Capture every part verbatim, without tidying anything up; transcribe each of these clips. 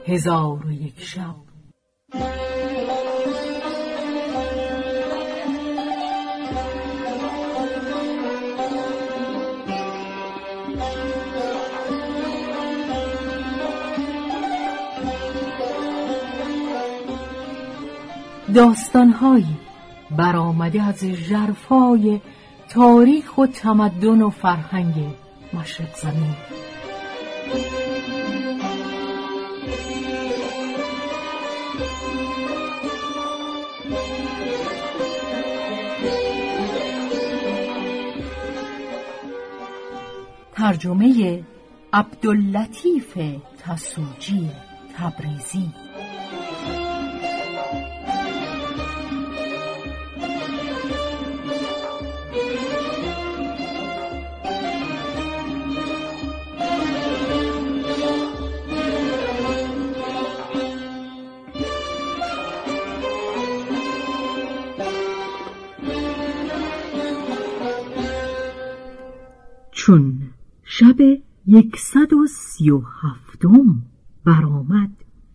هزار و یک شب. داستان‌هایی برآمده از ژرفای تاریخ و تمدن و فرهنگ مشرق زمین. ترجمه عبداللطیف تسوجی تبریزی. چون شب یکصد و سی و هفتم برآمد،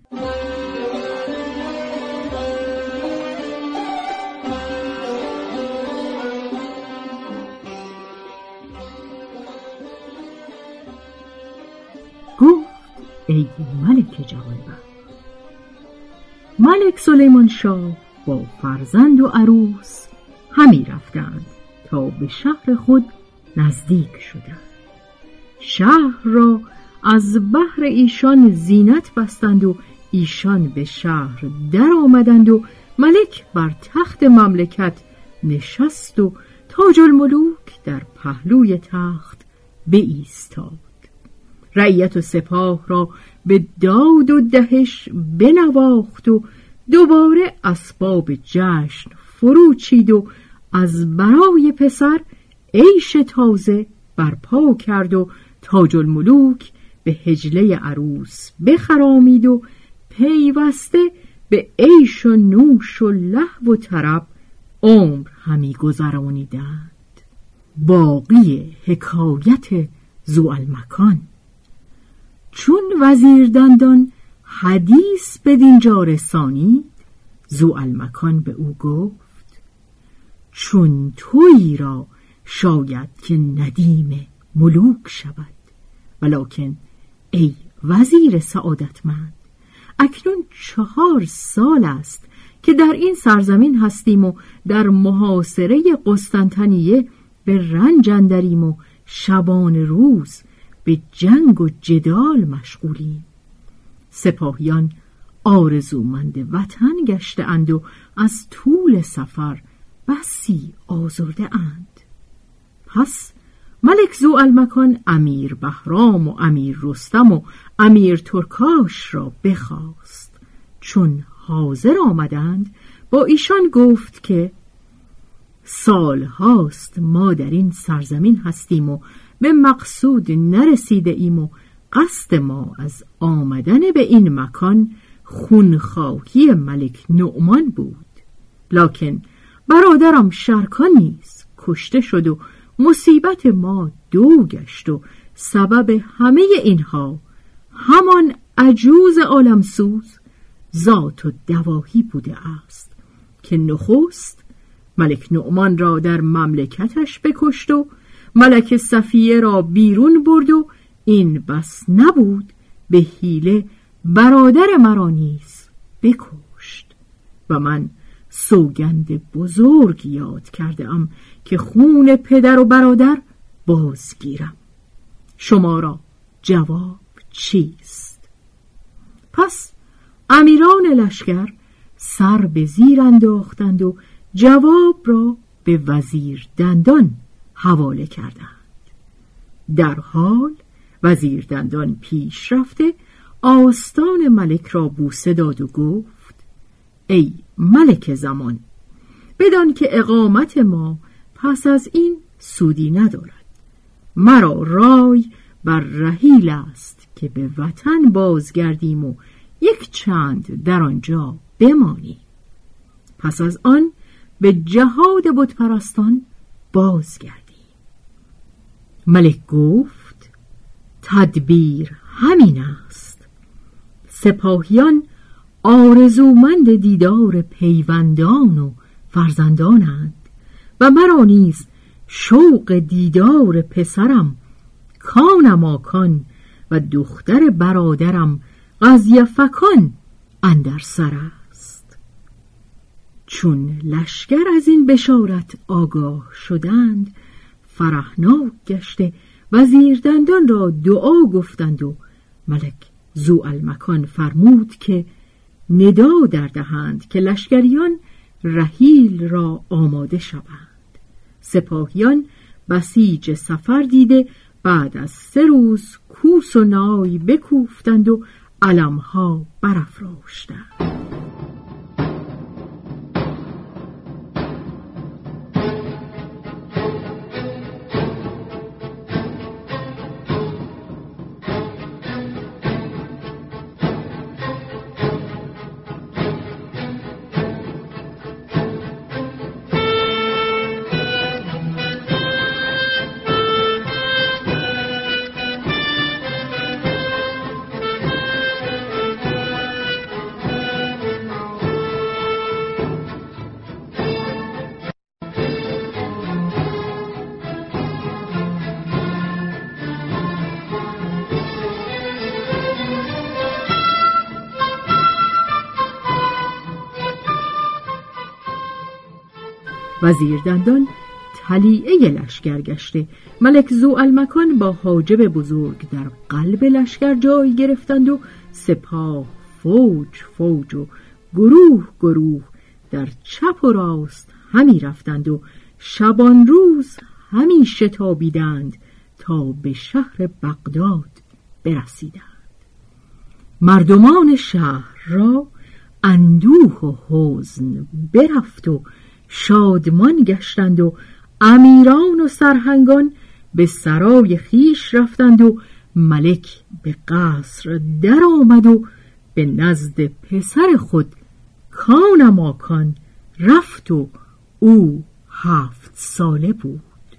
گفت ای ملک جوانبخت. ملک سلیمان شاه با فرزند و عروس همی رفتند تا به شهر خود نزدیک شدند. شهر را از بهر ایشان زینت بستند و ایشان به شهر در آمدند و ملک بر تخت مملکت نشست و تاج الملوک در پهلوی تخت بایستاد. رعیت و سپاه را به داد و دهش بنواخت و دوباره اسباب جشن فرو چید و از برای پسر عیش تازه برپا کرد و تاج الملوک به حجله عروس بخرامید و پیوسته به عیش و نوش و لهو و طرب عمر همی گذرانیدند. باقی حکایت ذوالمکان. چون وزیر دندان حدیث بدینجا رسانید، ذوالمکان به او گفت چون تویی را شاید که ندیم ملوک شود، ولکن ای وزیر سعادتمند، اکنون چهار سال است که در این سرزمین هستیم و در محاصره قسطنطنیه به رنج اندریم و شبان روز به جنگ و جدال مشغولیم. سپاهیان آرزومند وطن گشته اند و از طول سفر بسی آزرده اند. پس ملک ذوالمکان امیر بهرام و امیر رستم و امیر ترکاش را بخواست. چون حاضر آمدند با ایشان گفت که سال هاست ما در این سرزمین هستیم و به مقصود نرسیده ایم و قصد ما از آمدن به این مکان خونخواهی ملک نعمان بود، لکن برادرم شرکان نیز کشته شد و مصیبت ما دو گشت و سبب همه اینها همان عجوز عالمسوز ذات و دواهی بوده است که نخست ملک نعمان را در مملکتش بکشت و ملک صفیه را بیرون برد و این بس نبود به حیله برادر مرا نیز بکشت و من سوگند بزرگ یاد کرده ام که خون پدر و برادر بازگیرم. شما را جواب چیست؟ پس امیران لشکر سر به زیر انداختند و جواب را به وزیر دندان حواله کردند. در حال وزیر دندان پیش رفته آستان ملک را بوسه داد و گفت ای ملک زمان، بدان که اقامت ما پس از این سودی ندارد. مرا رای بر رحیل است که به وطن بازگردیم و یک چند در آنجا بمانیم. پس از آن به جهاد بتپرستان بازگردیم. ملک گفت تدبیر همین است. سپاهیان آرزومند دیدار پیوندان و فرزندانند و مرا نیز شوق دیدار پسرم کانماکان و دختر برادرم غضیفکان اندر سر است. چون لشکر از این بشارت آگاه شدند، فرحناک گشته وزیردندان را دعا گفتند و ملک ذوالمکان فرمود که ندا در دهند که لشکریان رحیل را آماده شوند. سپاهیان بسیج سفر دیده بعد از سه روز کوس و نای بکوفتند و علمها برافراشتند. وزیردندان طلیعه لشکر گشته ملک ذوالمکان با حاجب بزرگ در قلب لشکر جای گرفتند و سپاه فوج فوج و گروه گروه در چپ و راست همی رفتند و شبان روز همی شتابیدند تا به شهر بغداد برسیدند. مردمان شهر را اندوه و حزن برفت و شادمان گشتند و امیران و سرهنگان به سرای خیش رفتند و ملک به قصر در آمد و به نزد پسر خود کانماکان رفت و او هفت ساله بود.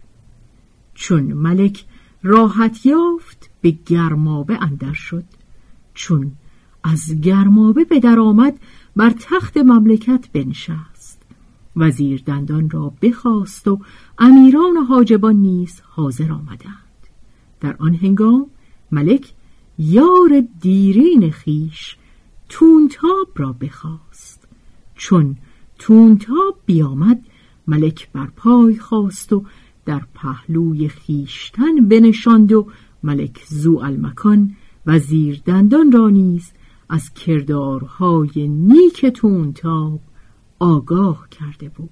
چون ملک راحت یافت به گرمابه اندر شد. چون از گرمابه به در آمد بر تخت مملکت بنشست. وزیر دندان را بخواست و امیران و حاجبان نیز حاضر آمدند. در آن هنگام ملک یار دیرین خیش تونتاب را بخواست. چون تونتاب بیامد ملک بر پای خاست و در پهلوی خیشتن بنشاند و ملک ذوالمکان وزیر دندان را نیز از کردارهای نیک تونتاب آگاه کرده بود.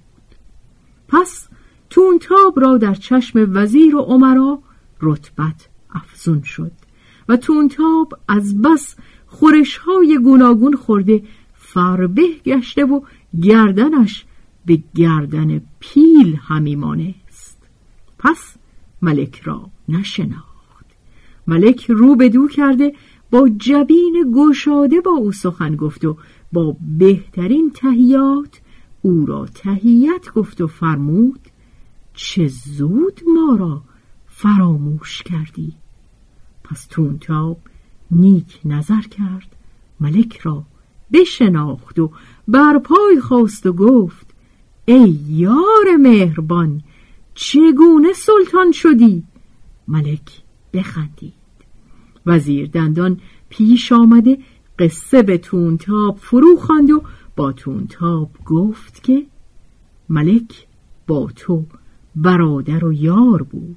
پس تونتاب را در چشم وزیر و امرا رتبت افزون شد و تونتاب از بس خورش‌های گوناگون خورده فربه گشته و گردنش به گردن پیل همی مانست. پس ملک را نشناخت. ملک رو به دو کرده با جبین گشاده با او سخن گفت و با بهترین تحیات او را تحیت گفت و فرمود چه زود ما را فراموش کردی. پس تونتاب نیک نظر کرد، ملک را بشناخت و بر پای خواست و گفت ای یار مهربان، چگونه سلطان شدی؟ ملک بخندید. وزیر دندان پیش آمده قصه به تونتاب فرو خواند و با تونتاب گفت که ملک با تو برادر و یار بود،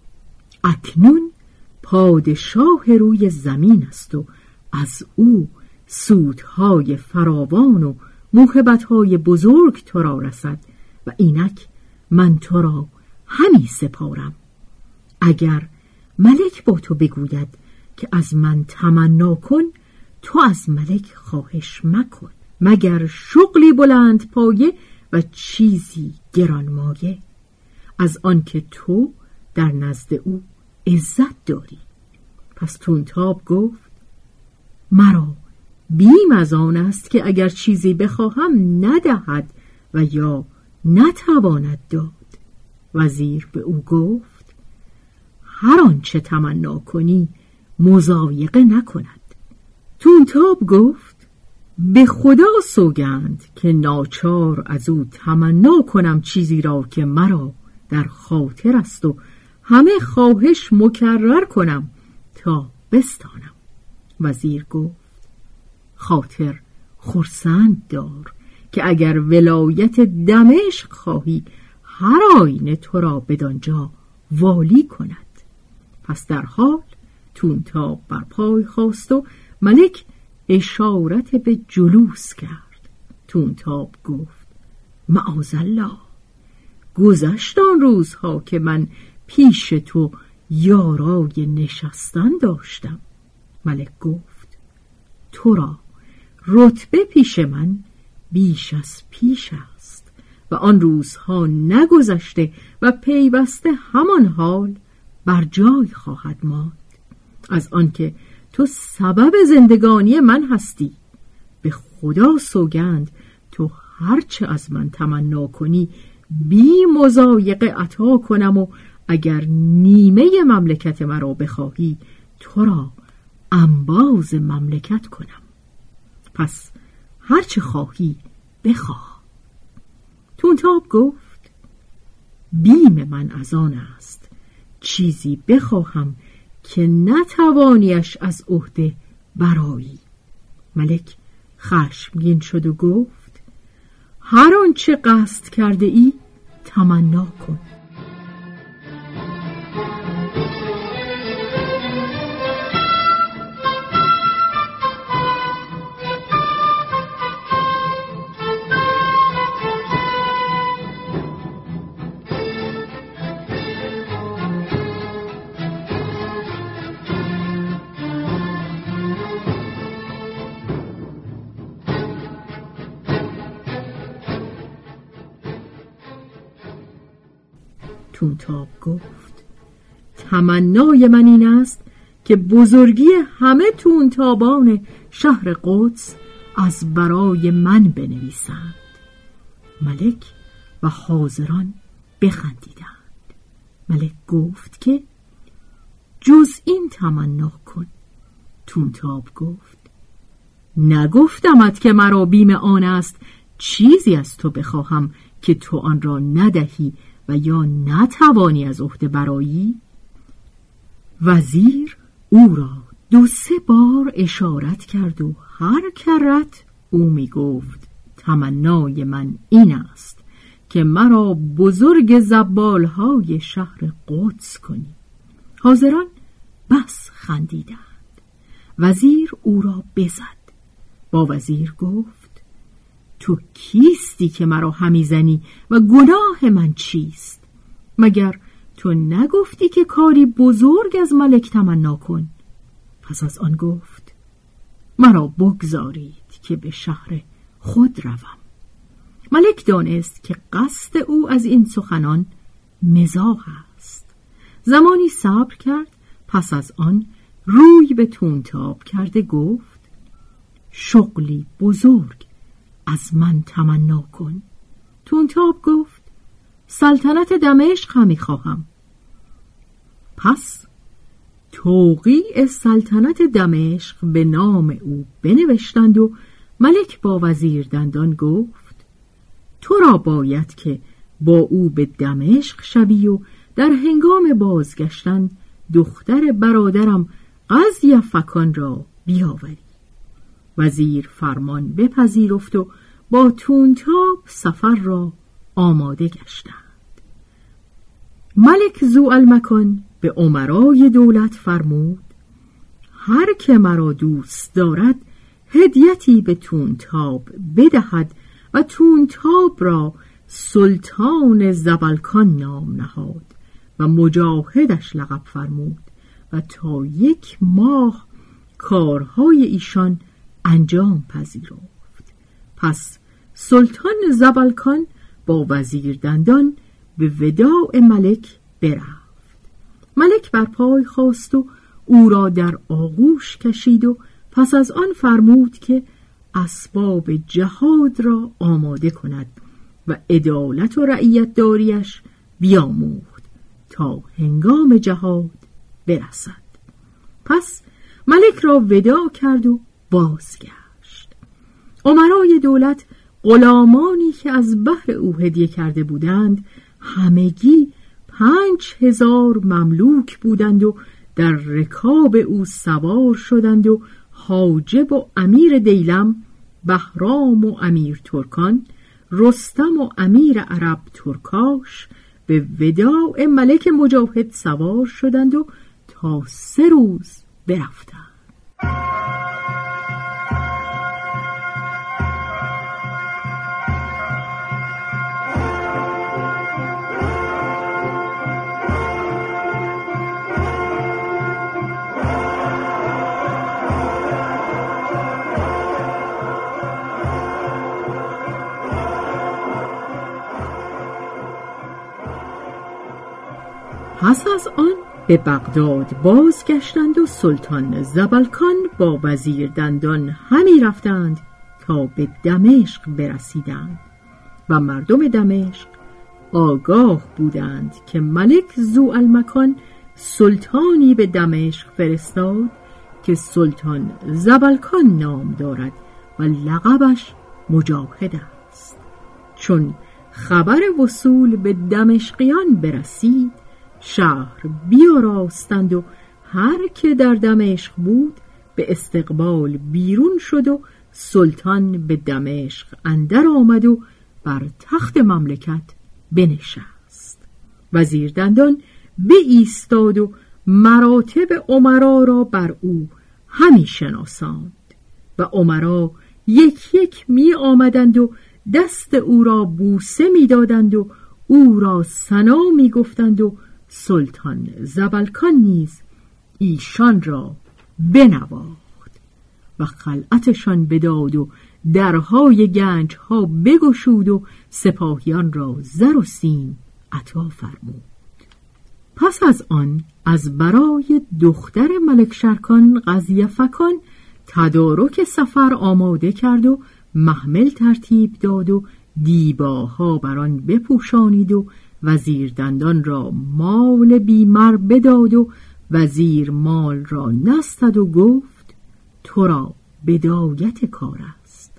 اکنون پادشاه روی زمین است و از او سودهای فراوان و موهبتهای بزرگ تو را رسد و اینک من تو را همی سپارم. اگر ملک با تو بگوید که از من تمنا کن، تو از ملک خواهش مکن، مگر شغلی بلند پایه و چیزی گرانمایه، از آنکه تو در نزد او عزت داری. پس تونتاب گفت مرا بیم از آن است که اگر چیزی بخواهم ندهد و یا نتواند داد. وزیر به او گفت هر آنچه تمنا کنی مضایقه نکند. تونتاب گفت به خدا سوگند که ناچار از او تمنا کنم چیزی را که مرا در خاطر است و همه خواهش مکرر کنم تا بستانم. وزیر گفت خاطر خرسند دار که اگر ولایت دمشق خواهی هر آینه تو را بدانجا والی کند. پس در حال تونتاب بر پای خاست و ملک اشارت به جلوس کرد. تونتاب گفت معاذالله، گذشت آن روزها که من پیش تو یارای نشستن داشتم. ملک گفت تو را رتبه پیش من بیش از پیش است و آن روزها نگذشته و پیوسته همان حال بر جای خواهد ماند. از آنکه تو سبب زندگانی من هستی، به خدا سوگند تو هرچه از من تمنا کنی بی مضایقه عطا کنم و اگر نیمه مملکت مرا بخواهی تو را انباز مملکت کنم. پس هرچه خواهی بخواه. تونتاب گفت بیم من از آن است چیزی بخواهم که نتوانیش از عهده برایی. ملک خشمگین شد و گفت هر آنچه قصد کرده ای تمنا کن. تونتاب گفت تمنای من این است که بزرگی همه تونتابان شهر قدس از برای من بنویسند. ملک و حاضران بخندیدند. ملک گفت که جز این تمنا کن. تونتاب گفت نگفتمت که مرا بیم آن است چیزی از تو بخواهم که تو آن را ندهی و یا نتوانی از عهده برایی؟ وزیر او را دو سه بار اشارت کرد و هر کرت او می گفت تمنای من این است که مرا بزرگ زبالهای شهر قدس کنی. حاضران بس خندیدند. وزیر او را بزد. با وزیر گفت تو کیستی که مرا همی زنی و گناه من چیست؟ مگر تو نگفتی که کاری بزرگ از ملک تمنا کن؟ پس از آن گفت مرا بگذارید که به شهر خود روم. ملک دانست که قصد او از این سخنان مزاح است. زمانی صبر کرد. پس از آن روی به تونتاب کرده گفت شغلی بزرگ از من تمنا کن. تونتاب گفت سلطنت دمشق همی خواهم. پس توقیع سلطنت دمشق به نام او بنوشتند و ملک با وزیر دندان گفت تو را باید که با او به دمشق شوی و در هنگام بازگشتن دختر برادرم قضیفکان را بیاوری. وزیر فرمان بپذیرفت و با تونتاب سفر را آماده گشتند. ملک ذوالمکان به امرای دولت فرمود هر که مرا دوست دارد هدیتی به تونتاب بدهد و تونتاب را سلطان زبلکان نام نهاد و مجاهدش لقب فرمود و تا یک ماه کارهای ایشان انجام پذیرفت. پس سلطان زبلکان با وزیر دندان به وداع ملک برفت. ملک بر پای خاست و او را در آغوش کشید و پس از آن فرمود که اسباب جهاد را آماده کند و عدالت و رعیت داریش بیاموخت تا هنگام جهاد برسد. پس ملک را وداع کرد و بازگشت. امرای دولت غلامانی که از بهر او هدیه کرده بودند همگی پنج هزار مملوک بودند و در رکاب او سوار شدند و حاجب و امیر دیلم، بهرام و امیر ترکان، رستم و امیر عرب ترکاش به وداع ملک مجاهد سوار شدند و تا سه روز برفتند. پس از آن به بغداد بازگشتند و سلطان زبلکان با وزیر دندان همی رفتند تا به دمشق برسیدند و مردم دمشق آگاه بودند که ملک ذوالمکان سلطانی به دمشق فرستاد که سلطان زبلکان نام دارد و لقبش مجاهد است. چون خبر وصول به دمشقیان برسید، شهر بیاراستند و هر که در دمشق بود به استقبال بیرون شد و سلطان به دمشق اندر آمد و بر تخت مملکت بنشست. وزیر دندان بایستاد و مراتب امرا را بر او همی شناساند و امرا یک یک می آمدند و دست او را بوسه می دادند و او را ثنا می گفتند و سلطان زبلکان نیز ایشان را بنواخت و خلعتشان بداد و درهای گنج ها بگشود و سپاهیان را زر و سیم عطا فرمود. پس از آن از برای دختر ملک شرکان قضیفکان تدارک سفر آماده کرد و محمل ترتیب داد و دیباها بر آن بپوشانید و وزیر دندان را مال بیمر بداد و وزیر مال را نستد و گفت تو را بدایت کار است.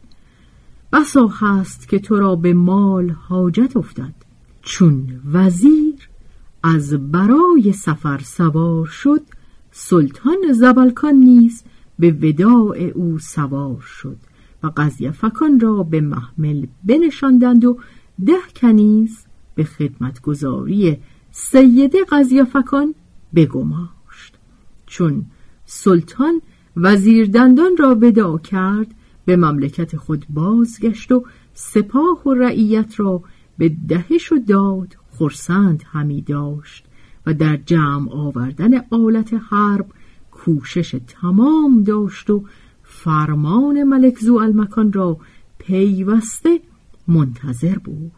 بسا هست که تو را به مال حاجت افتد. چون وزیر از برای سفر سوار شد، سلطان زبلکان نیز به وداع او سوار شد و قضیفکان را به محمل بنشاندند و ده کنیز به خدمتگزاری سید قضیفکان بگماشت. چون سلطان وزیر دندان را وداع کرد، به مملکت خود بازگشت و سپاه و رعیت را به دهش و داد خرسند همی داشت و در جمع آوردن آلت حرب کوشش تمام داشت و فرمان ملک ذوالمکان را پیوسته منتظر بود.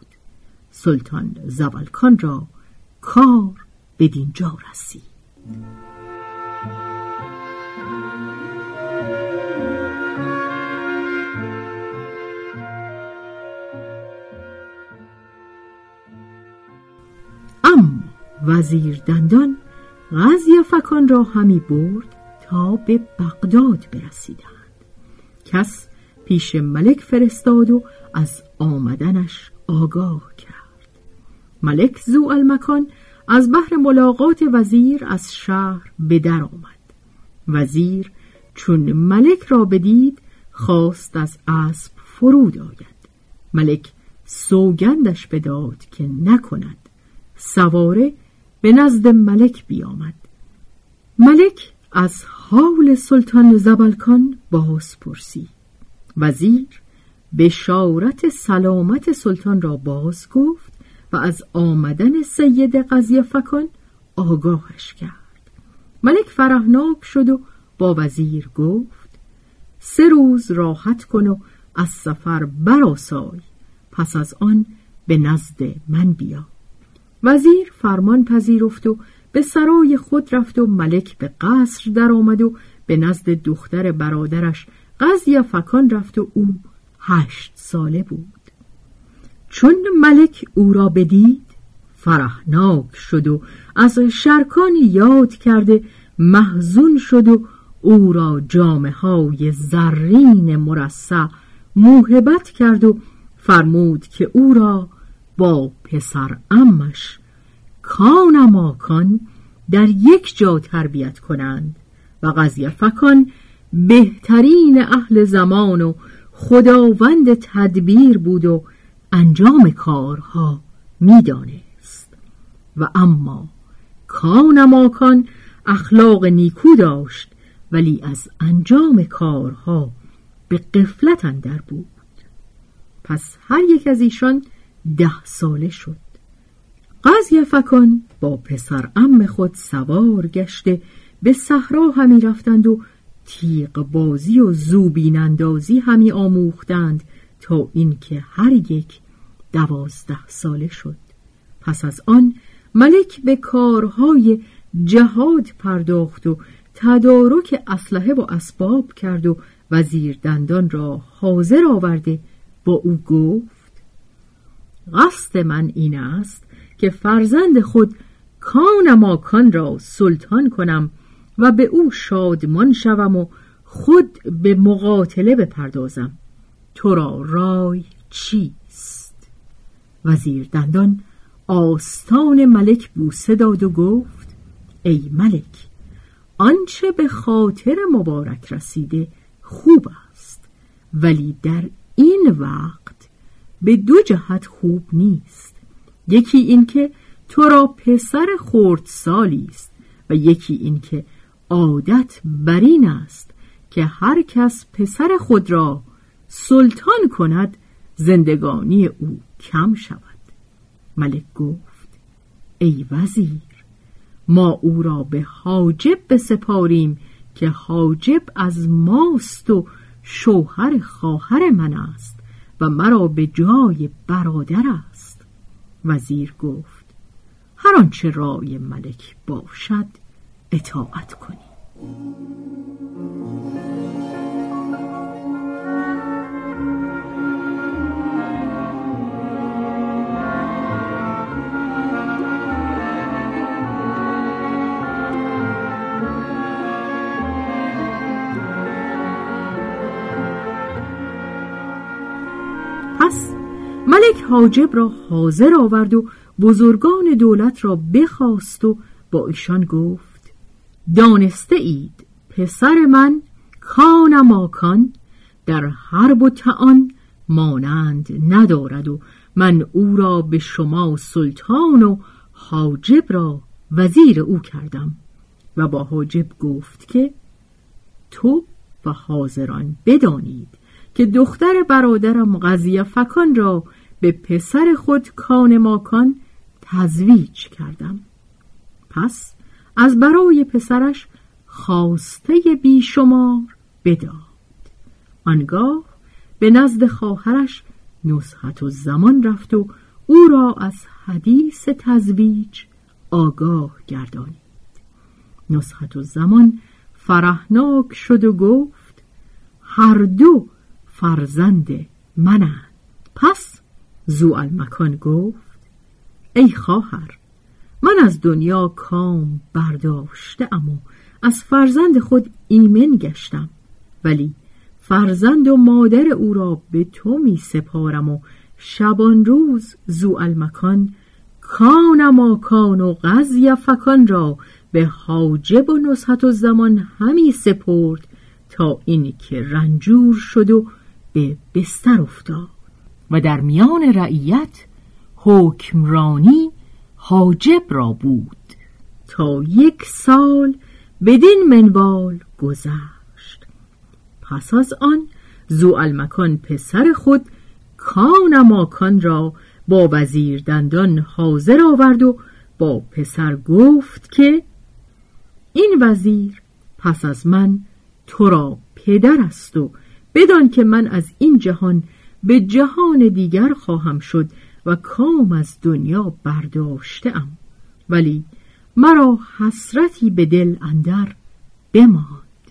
سلطان زبلکان را کار بدین جا رسید. اما وزیر دندان قضیفکان را همی برد تا به بغداد برسیدند. کس پیش ملک فرستاد و از آمدنش آگاه کرد. ملک ذوالمکان از بهر ملاقات وزیر از شهر به در آمد. وزیر چون ملک را بدید خواست از اسب فرود آید. ملک سوگندش بداد که نکند. سواره به نزد ملک بیامد. ملک از حال سلطان زبلکان باز پرسید. وزیر بشارت سلامت سلطان را باز گفت و از آمدن سید قضیفکان آگاهش کرد. ملک فرحناک شد و با وزیر گفت سه روز راحت کن و از سفر برآسای، پس از آن به نزد من بیا. وزیر فرمان پذیرفت و به سرای خود رفت و ملک به قصر در آمد و به نزد دختر برادرش قضیفکان رفت و او هشت ساله بود. چون ملک او را بدید فرحناک شد و از شرکانی یاد کرده محزون شد و او را جامه های زرین مرصع موهبت کرد و فرمود که او را با پسر عمش کان ماکان در یک جا تربیت کنند و قضیفکان بهترین اهل زمان و خداوند تدبیر بود و انجام کارها میدانست. و اما کان ماکان اخلاق نیکو داشت ولی از انجام کارها به غفلت اندر بود. پس هر یک از ایشان ده ساله شد. قضیفکان با پسر عم خود سوار گشته به صحرا همی رفتند و تیغ بازی و زوبین اندازی همی آموختند تا اینکه هر یک دوازده ساله شد. پس از آن ملک به کارهای جهاد پرداخت و تدارک اسلحه و اسباب کرد و وزیر دندان را حاضر آورده با او گفت: قصد من این است که فرزند خود کان ماکان را سلطان کنم و به او شادمان شوم و خود به مقاتله بپردازم. تو را رای چیست؟ وزیر دندان آستان ملک بوسه داد و گفت: ای ملک، آنچه به خاطر مبارک رسیده خوب است، ولی در این وقت به دو جهت خوب نیست. یکی این که تو را پسر خردسالی است و یکی این که عادت بر این است که هر کس پسر خود را سلطان کند زندگانی او کم شود. ملک گفت: ای وزیر، ما او را به حاجب بسپاریم که حاجب از ماست و شوهر خواهر من است و مرا به جای برادر است. وزیر گفت: هر آنچه رای ملک باشد اطاعت کنی. پس ملک حاجب را حاضر آورد و بزرگان دولت را بخواست و با ایشان گفت: دانسته اید پسر من کان ماکان در حرب و طعن مانند ندارد و من او را به شما سلطان و حاجب را وزیر او کردم. و با حاجب گفت که تو و حاضران بدانید که دختر برادرم قضیفکان را به پسر خود کان ماکان تزویج کردم. پس از برای پسرش خواسته بیشمار بداد. آنگاه به نزد خواهرش نزهت الزمان رفت و او را از حدیث تزویج آگاه گردانید. نزهت الزمان فرحناک شد و گفت: هر دو فرزند منند. پس ذوالمکان گفت: ای خواهر، من از دنیا کام برداشته ام و از فرزند خود ایمن گشتم، ولی فرزند و مادر او را به تو می سپارم و شبان روز ذوالمکان کان ماکان و قضیفکان را به حاجب و نزهت الزمان همی سپرد تا این که رنجور شد و به بستر افتاد و در میان رعیت حکمرانی حاجب را بود تا یک سال بدین منوال گذشت. پس از آن ذوالمکان پسر خود کان ماکان را با وزیر دندان حاضر آورد و با پسر گفت که این وزیر پس از من تو را پدر است و بدان که من از این جهان به جهان دیگر خواهم شد و کام از دنیا برداشته ام، ولی مرا حسرتی به دل اندر بماند.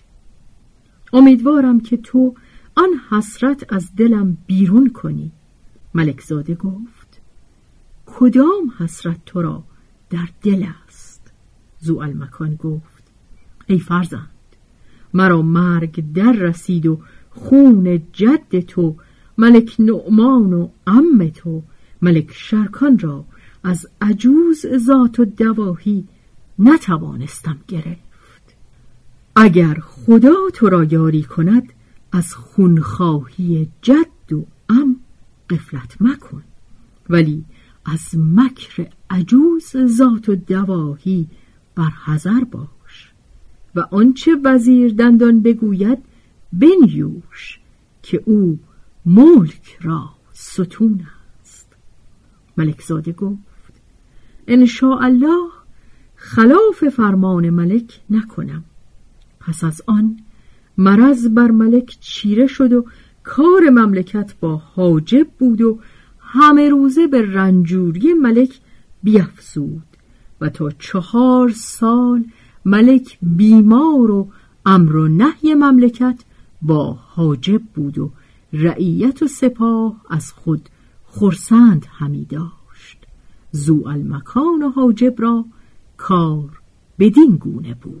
امیدوارم که تو آن حسرت از دلم بیرون کنی. ملک زاده گفت: کدام حسرت تو را در دل است؟ ذوالمکان گفت: ای فرزند، مرا مرگ در رسید و خون جد تو، ملک نعمان و عم تو، ملک شرکان را از عجوز ذات و دواهی نتوانستم گرفت. اگر خدا تو را یاری کند از خونخواهی جد و عم غفلت مکن، ولی از مکر عجوز ذات و دواهی برحذر باش و آنچه وزیر دندان بگوید بنیوش که او ملک را ستون است. ملک زاده گفت ان شاء الله خلاف فرمان ملک نکنم. پس از آن مرض بر ملک چیره شد و کار مملکت با حاجب بود و همه روزه به رنجوری ملک بیفزود و تا چهار سال ملک بیمار و امر و نهی مملکت با حاجب بود و رعیت و سپاه از خود خرسند همی داشت. ذوالمکان و حاجب را کار بدین گونه بود.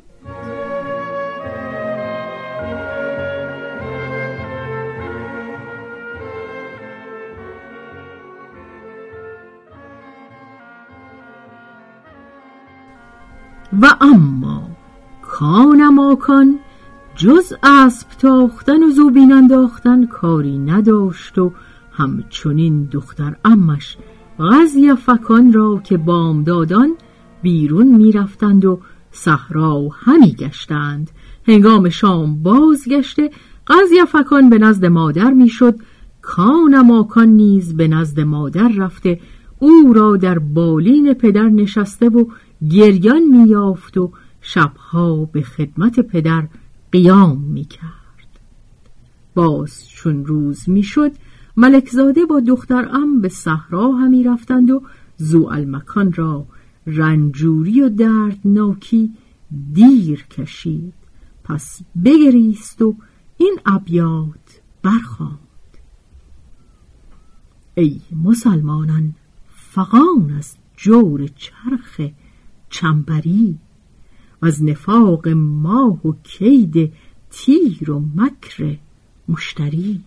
و اما کان ماکان جز اسب تاختن و زوبین انداختن کاری نداشت و همچنین دختر عمش غضیفکان را که بامدادان بیرون می رفتند و صحرا همی گشتند. هنگام شام بازگشته غضیفکان به نزد مادر می شد، کان ماکان نیز به نزد مادر رفته او را در بالین پدر نشسته و گریان می یافت و شبها به خدمت پدر قیام می کرد. باز چون روز می شد ملک زاده با دخترعم به صحرا همی رفتند و ذوالمکان را رنجوری و دردناکی دیر کشید. پس بگریست و این ابیات برخواند: ای مسلمانان فغان از جور چرخ چنبری، و از نفاق ماه و کید تیر و مکر مشتری.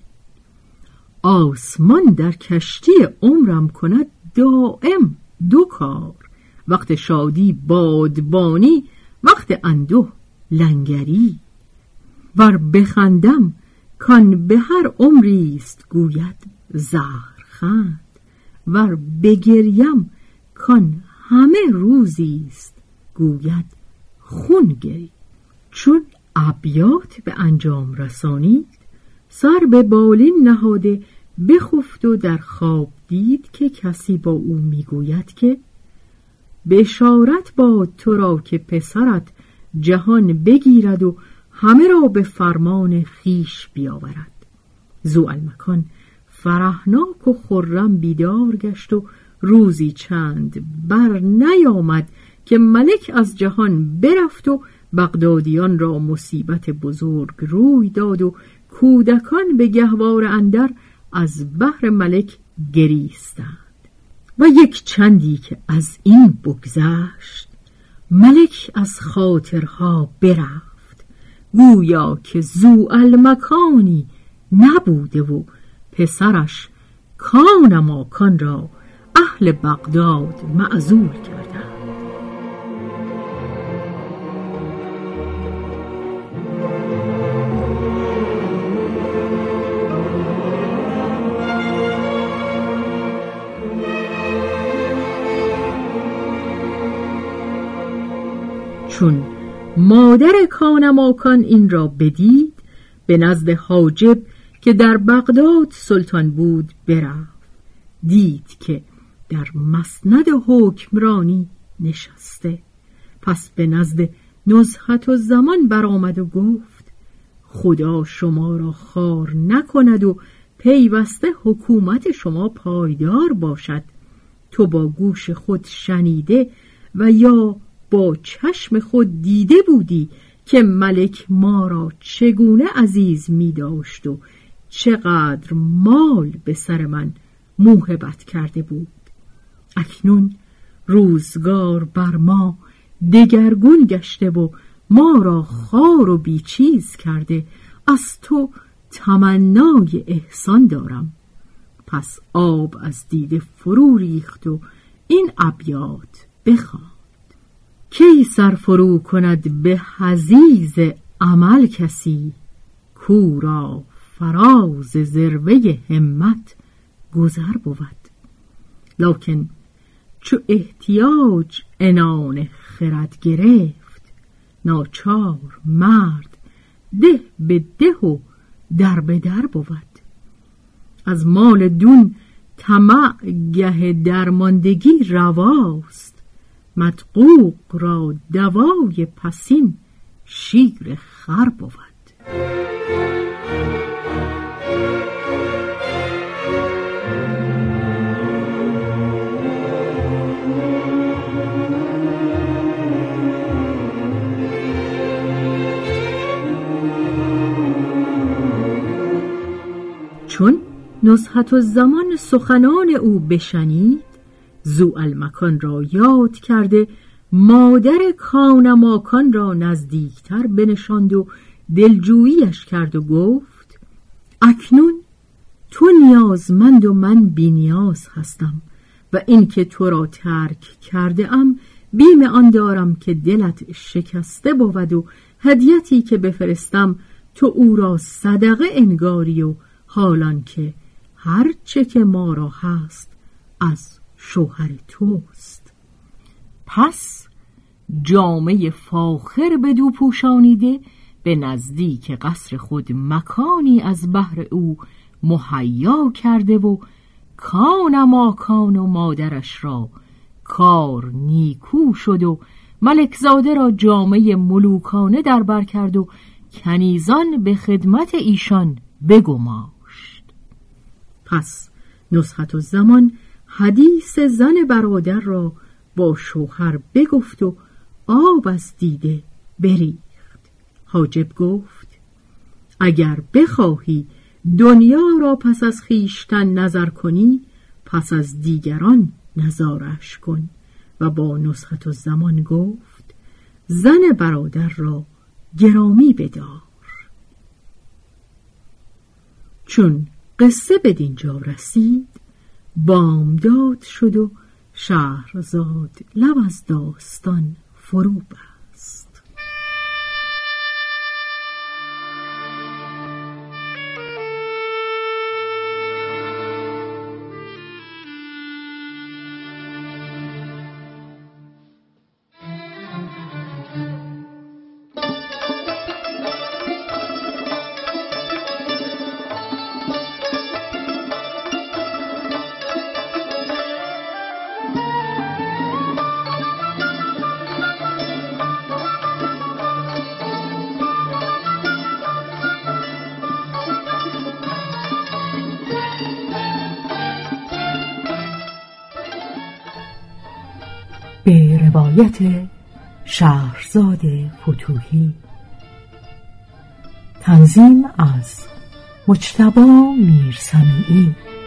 آسمان در کشتی عمرم کند دائم دو کار، وقت شادی بادبانی، وقت اندوه لنگری. ور بخندم کان به هر عمریست گوید زهرخند، ور بگریم کان همه روزیست گوید خونگری. چون ابیات به انجام رسانید سر به بالین نهاده بخفت و در خواب دید که کسی با او میگوید که بشارت باد تو را که پسرت جهان بگیرد و همه را به فرمان خیش بیاورد. ذوالمکان فرحناک و خرم بیدار گشت و روزی چند بر نیامد که ملک از جهان برفت و بغدادیان را مصیبت بزرگ روی داد و کودکان به گهوار اندر از بحر ملک گریستند. و یک چندی که از این بگذشت ملک از خاطرها برفت، گویا که ذوالمکانی نبوده و پسرش کان ماکان را اهل بغداد معزول کردند. چون مادر کان ماکان این را بدید به نزد حاجب که در بغداد سلطان بود برفت. دید که در مسند حکمرانی نشسته. پس به نزد نزهت و زمان برآمد و گفت خدا شما را خوار نکند و پیوسته حکومت شما پایدار باشد. تو با گوش خود شنیده و یا با چشم خود دیده بودی که ملک ما را چگونه عزیز می داشت و چقدر مال به سر من موهبت کرده بود. اکنون روزگار بر ما دگرگون گشته و ما را خوار و بیچیز کرده، از تو تمنای احسان دارم. پس آب از دیده فرو ریخت و این ابیات بخواند: کی سر فرو کند به حضیض عمل کسی، کو را فراز ذروه همت گذر بود. لکن چو احتیاج عنان خرد گرفت، ناچار مرد ده به ده و در به در بود. از مال دون طمع گه درماندگی رواست، مدقوق را دوای پسین شیر خر بود. چون نزهت الزمان سخنان او بشنید، ذوالمکان را یاد کرده مادر کانماکان را نزدیکتر بنشاند و دلجوییش کرد و گفت: اکنون تو نیازمند و من بی نیاز هستم و این که تو را ترک کرده ام بیم آن دارم که دلت شکسته بود و هدیتی که بفرستم تو او را صدقه انگاری و حالان که هر چه که ما را هست از شوهر توست. پس جامه فاخر بدو پوشانیده به نزدیک قصر خود مکانی از بهر او مهیا کرده و کانماکان و مادرش را کار نیکو شد و ملکزاده را جامه ملوکانه در بر کرد و کنیزان به خدمت ایشان بگماشت. پس نزهت الزمان حدیث زن برادر را با شوهر بگفت و آب از دیده بریخت. حاجب گفت: اگر بخواهی دنیا را پس از خیشتن نظر کنی، پس از دیگران نظارش کن. و با نزهت الزمان گفت: زن برادر را گرامی بدار. چون قصه به دینجا رسید، بامداد شد و شهرزاد لب از داستان فرو بست. به روایت شهرزاد فتوحی. تنظیم از مجتبی میرسمیعی.